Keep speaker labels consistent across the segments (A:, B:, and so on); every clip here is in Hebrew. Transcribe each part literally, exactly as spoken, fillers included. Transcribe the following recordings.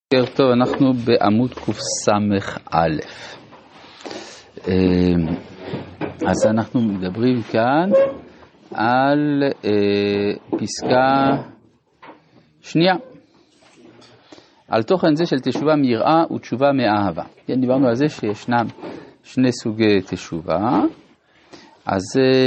A: טוב, אנחנו בעמוד קס"א. אז אנחנו מדברים כאן על פסקה שנייה, על תוכן זה של תשובה מיראה ותשובה מאהבה. כן, דיברנו על זה שישנם שני סוגי תשובה. אז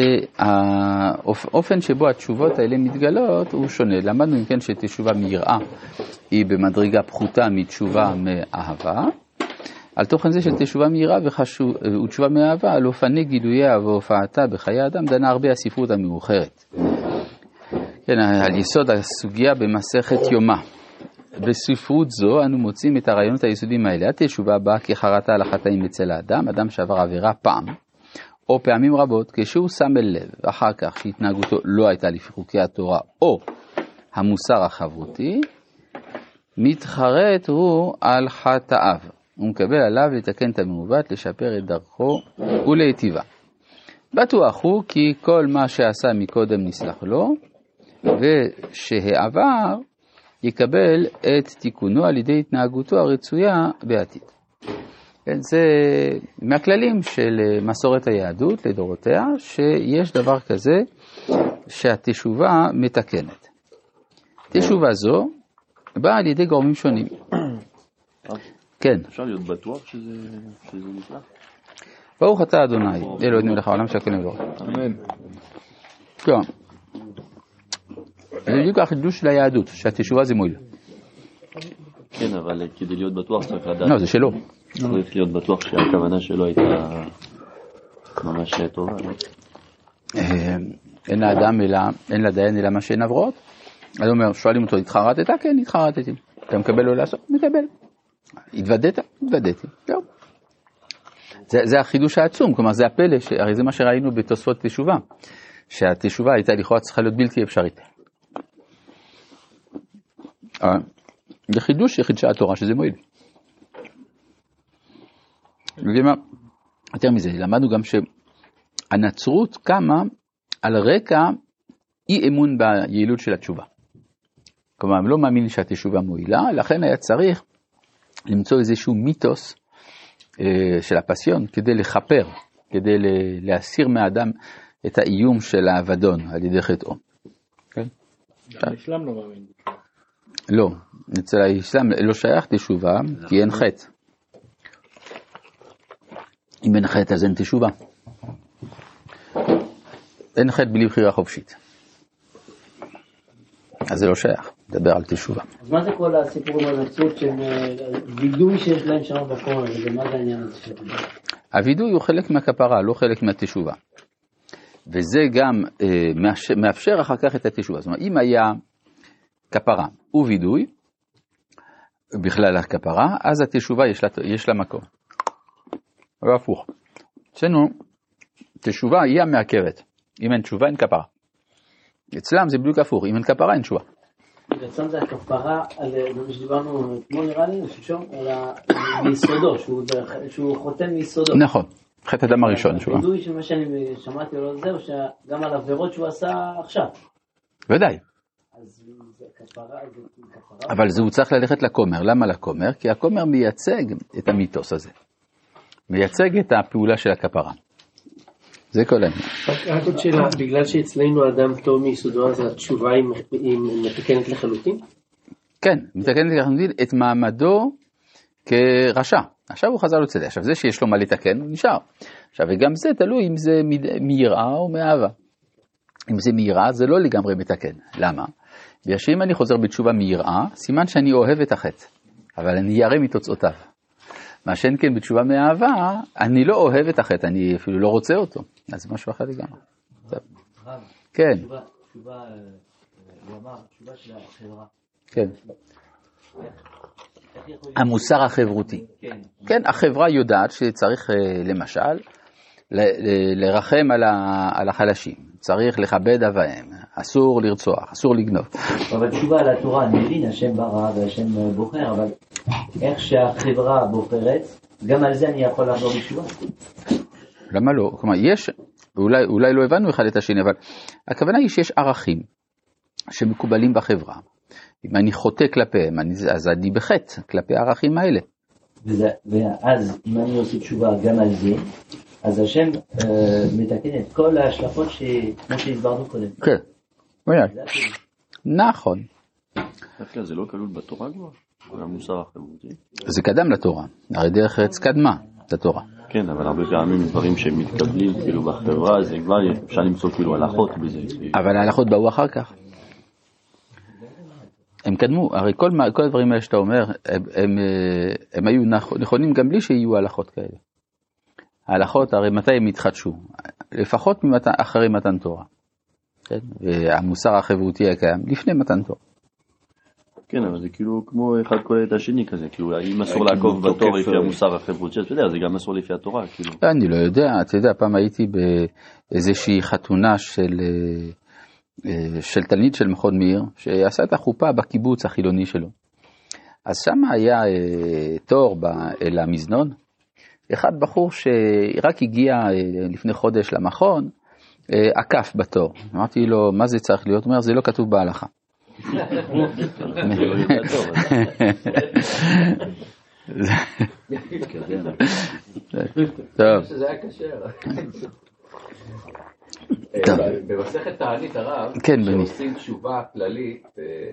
A: האופן שבו התשובות האלה מתגלות הוא שונה. למדנו אם כן שתשובה מיראה היא במדרגה פחותה מתשובה מאהבה. על תוכן זה של תשובה מיראה ותשובה מאהבה, על אופני גילויה והופעתה בחיי האדם, דנה הרבה הספרות המאוחרת. כן, על יסוד הסוגיה במסכת יומא. בספרות זו אנו מוצאים את הרעיונות היסודיים האלה. התשובה באה כחרטה על החטאים אצל האדם, אדם שעבר עבירה פעם, או פעמים רבות, כשהוא שם אל לב, אחר כך שהתנהגותו לא הייתה לפי חוקי התורה, או המוסר החברותי, מתחרט הוא על חטאיו. הוא מקבל עליו לתקן את המעוות, לשפר את דרכו ולהיטיבה. בטוח הוא כי כל מה שעשה מקודם נסלח לו, ושהעבר יקבל את תיקונו על ידי התנהגותו הרצויה בעתיד. זה מהכללים של מסורת היהדות לדורותיה, שיש דבר כזה שהתשובה מתקנת. תשובה זו באה על ידי גורמים שונים. כן.
B: אפשר להיות בטוח שזה נפלא?
A: ברוך אתה אדוני, אלוהינו מלך העולם שהכל נברא.
B: אמן.
A: כן. זה בדיוק החידוש של היהדות, שהתשובה זה מועיל.
B: כן, אבל כדי להיות בטוח צריך לדעת.
A: לא, זה שלו.
B: צריך להיות בטוח שהכוונה שלו הייתה ממש טובה.
A: אין לאדם אלא, אין לדיין אלא מה שאין עברות. אז הוא אומר, שואלים אותו, התחרטת? כן, התחרטתי. אתה מקבל לו לעשות? מקבל. התוודעת? התוודעתי. זהו. זה, זה החידוש העצום, כלומר זה הפלא, הרי זה מה שראינו בתוספות תשובה, שהתשובה הייתה לכאורה צריכה להיות בלתי אפשרית. זה חידוש שחידשה התורה, שזה מועיל. ומה? יותר מזה, למדנו גם שהנצרות קמה על רקע אי אמון ביעילות של התשובה. כלומר, הם לא מאמין שהתשובה מועילה, לכן היה צריך למצוא איזשהו מיתוס אה, של הפסיון כדי לחפר, כדי להסיר מהאדם את האיום של האבדון על ידי חטאו. כן?
C: גם האסלאם לא מאמין.
A: לא, אצל האסלאם לא שייך תשובה, כי אין חטא. אם אין חטא אז אין תשובה. אין חטא בלי בחירה חופשית. אז זה לא שייך, לדבר על תשובה.
C: אז מה זה כל הסיפורים הנצרות של וידוי שיש להם שם בקורא? מה זה העניין הזה שלהם?
A: הוידוי הוא חלק מהכפרה, לא חלק מהתשובה. וזה גם אה, מאפשר אחר כך את התשובה. זאת אומרת, אם היה כפרה ווידוי, בכלל הכפרה, אז התשובה יש לה, יש לה מקום. אבל הפוך. אצלנו, תשובה היא המעכבת. אם אין תשובה, אין כפרה. אצלם זה בדיוק הפוך. אם אין כפרה, אין תשובה.
C: בעצם זה הכפרה, על מה שדיברנו, כמו נראה לי, ששום, על היסודו, שהוא חותם מיסודו.
A: נכון. חטא אדם הראשון, תשובה.
C: הבידוי של מה שאני שמעתי לו זהו, שגם על עבירות שהוא עשה עכשיו.
A: ודאי.
C: אז זה כפרה, זה כפרה.
A: אבל זה הוא צריך ללכת לכומר. למה לכומר? כי הכומר מייצג את המיתוס הזה. מייצג את הפעולה של הכפרה. זה כל העניין.
D: רק עוד שאלה, בגלל שאצלנו האדם טוב מיסודו, אז התשובה היא מתקנת לחלוטין?
A: כן, מתקנת לחלוטין את מעמדו כרשע. עכשיו הוא חזר לצדק. עכשיו זה שיש לו מה לתקן, הוא נשאר. עכשיו וגם זה תלוי אם זה מיראה או מאהבה. אם זה מיראה זה לא לגמרי מתקן. למה? בגלל שאם אני חוזר בתשובה מיראה, סימן שאני אוהב את החטא. אבל אני ירא מתוצאותיו. מה שאין כן בתשובה מאהבה, אני לא אוהב את החטא, אני אפילו לא רוצה אותו. אז זה משהו אחר לגמרי. כן.
C: תשובה, הוא אמר, תשובה של החברה.
A: כן. המוסר החברותי. כן, החברה יודעת שצריך למשל לרחם על החלשים. צריך לכבד אביהם. אסור לרצוח, אסור לגנוב.
C: אבל תשובה על התורה, אני מבין, השם ברא והשם בוחר, אבל איך שהחברה בוחרת, גם על זה אני יכול לעבור בתשובה.
A: למה לא? כלומר, יש, אולי, אולי לא הבנו אחד את השני, אבל הכוונה היא שיש ערכים שמקובלים בחברה, אם אני חוטא כלפיהם, אני, אז אני בחטא כלפי הערכים האלה.
C: וזה, ואז אם אני עושה תשובה גם על זה, אז השם אה, מתקן את כל ההשלכות כמו שהסברנו קודם.
A: כן, נכון.
B: דווקא זה לא כלול בתורה כבר? המוסר החברתי?
A: זה קדם לתורה, הרי דרך ארץ קדמה לתורה.
B: כן, אבל הרבה פעמים דברים שהם מתקבלים כאילו בחברה, זה כבר אפשר למצוא כאילו הלכות בזה.
A: אבל ההלכות באו אחר כך. הם קדמו, הרי כל, כל הדברים האלה שאתה אומר, הם, הם, הם היו נכונים גם בלי שיהיו הלכות כאלה. ההלכות, הרי מתי הם התחדשו? לפחות ממתן, אחרי מתן תורה. כן? והמוסר החברותי היה קיים לפני מתן תורה.
B: כן, אבל זה כאילו כמו אחד קולט את השני כזה, כאילו אם אסור לעקוב בתור לפי המוסר החברותי, אתה יודע, זה גם אסור לפי התורה, כאילו.
A: אני לא יודע, אתה יודע, פעם הייתי באיזושהי חתונה של... של תלמיד של מכון מאיר, שעשה את החופה בקיבוץ החילוני שלו. אז שם היה אה, תור ב, אל המזנון, אחד בחור שרק הגיע אה, לפני חודש למכון, אה, עקף בתור. אמרתי לו, מה זה צריך להיות? הוא אומר, זה לא כתוב בהלכה. טוב.
E: שזה היה קשר. במסכת תענית הרב, שעושים תשובה כללית,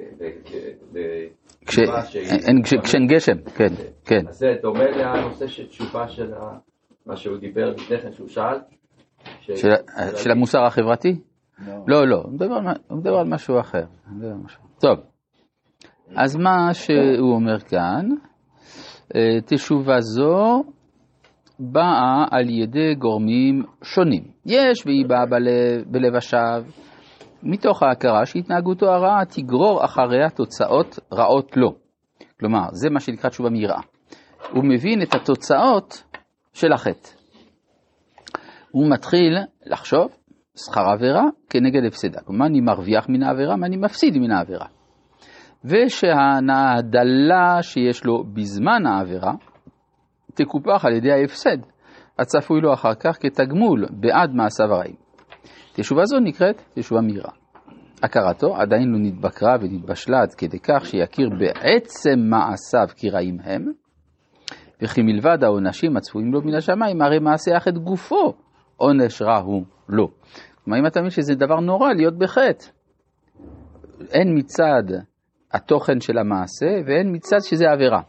A: כשאין גשם, כן, כן.
E: אז זה דומה לנושא של תשובה של מה שהוא דיבר לפני כן, שהוא שאל.
A: של המוסר החברתי? לא, לא, הוא מדבר על משהו אחר. טוב, אז מה שהוא אומר כאן, תשובה זו, באה על ידי גורמים שונים. יש והיא באה בלב, בלב השב, מתוך ההכרה שהתנהגותו הרעה תגרור אחריה תוצאות רעות לו. כלומר, זה מה שנקרא תשובה מיראה. הוא מבין את התוצאות של החטא. הוא מתחיל לחשוב שכר עבירה כנגד הפסדה. כלומר, אני מרוויח מן העבירה, מה אני מפסיד מן העבירה. ושההנאה הדלה שיש לו בזמן העבירה, תקופח על ידי ההפסד, הצפוי לו אחר כך כתגמול בעד מעשיו הרעים. תשובה זו נקראת תשובה מהירה. הכרתו עדיין לא נתבקרה ונתבשלה עד כדי כך שיכיר בעצם מעשיו כי רעים הם, וכי מלבד העונשים הצפויים לו מן השמיים, הרי מעשה אחת גופו עונש רע הוא לו. כלומר, אם אתה מבין שזה דבר נורא להיות בחטא, אין מצד התוכן של המעשה ואין מצד שזה עבירה.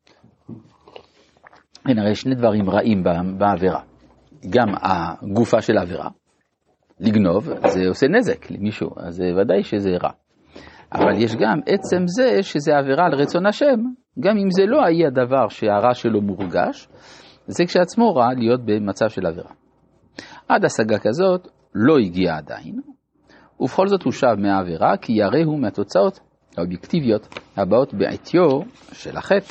A: אין, הרי שני דברים רעים בעבירה. גם הגופה של העבירה, לגנוב, זה עושה נזק למישהו, אז זה ודאי שזה רע. אבל יש גם עצם זה שזה עבירה על רצון השם, גם אם זה לא היה דבר שהרע שלו מורגש, זה כשעצמו רע להיות במצב של עבירה. עד השגה כזאת לא הגיע עדיין, ובכל זאת הוא שב מהעבירה, כי יראה הוא מהתוצאות האובייקטיביות הבאות בעטיו של החטא.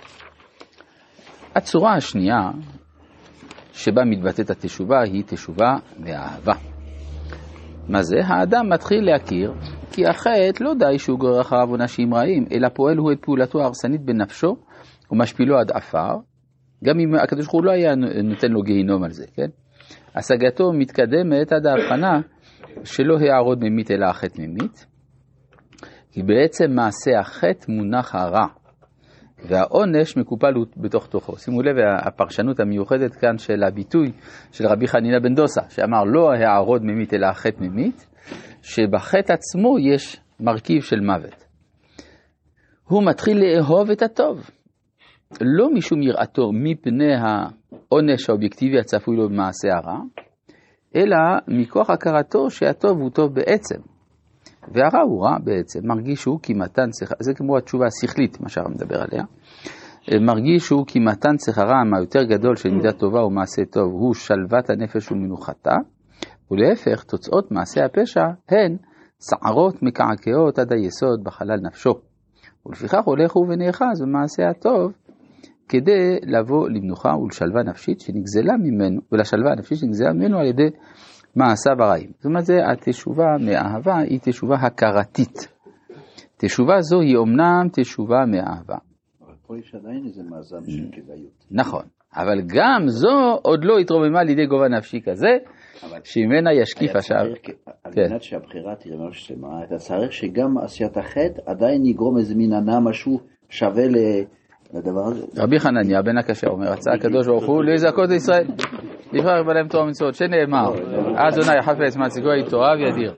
A: הצורה השנייה שבה מתבטאת התשובה היא תשובה מאהבה. מה זה? האדם מתחיל להכיר כי החטא לא די שהוא גורר אחריו עונשים רעים, אלא פועל הוא את פעולתו ההרסנית בנפשו ומשפילו עד עפר, גם אם הקדוש ברוך הוא לא היה נותן לו גיהינום על זה, כן? השגתו מתקדמת עד ההבחנה שלא הערוד ממית אלא החטא ממית, כי בעצם מעשה החטא מונח הרע, והעונש מקופל בתוך תוכו. שימו לב, הפרשנות המיוחדת כאן של הביטוי של רבי חנינא בן דוסה, שאמר לא הערוד ממית אלא החטא ממית, שבחטא עצמו יש מרכיב של מוות. הוא מתחיל לאהוב את הטוב, לא משום יראתו מפני העונש האובייקטיבי הצפוי לו במעשה הרע, אלא מכוח הכרתו שהטוב הוא טוב בעצם. והרע הוא רע בעצם, מרגיש הוא כי מתן שכר, זה כמו התשובה השכלית, מה שהרב מדבר עליה, מרגיש הוא כי מתן שכרם היותר גדול של מידה טובה ומעשה טוב, הוא שלוות הנפש ומנוחתה, ולהפך, תוצאות מעשה הפשע הן סערות מקעקעות עד היסוד בחלל נפשו. ולפיכך הולך הוא ונאחז במעשה הטוב, כדי לבוא למנוחה ולשלווה נפשית שנגזלה ממנו, ולשלווה הנפשית שנגזלה ממנו על ידי מעשיו הרעים. זאת אומרת, זה התשובה מאהבה, היא תשובה הכרתית. תשובה זו היא אומנם תשובה מאהבה.
F: פה יש עדיין איזה מאזן של כדאיות.
A: נכון, אבל גם זו עוד לא התרוממה לידי גובה נפשי כזה, שממנה ישקיף השאר.
F: על מנת שהבחירה תראה ממש שלמה, אתה צריך שגם עשיית החטא עדיין יגרום איזה מין הנאה משהו שווה לדבר הזה.
A: רבי חנניה בן הקשה אומר, רצה הקדוש ברוך הוא לזכות ישראל, לבחר בלהם תורה ומצוות, שנאמר, אדוני חפץ מעסיקו תורה וידיר.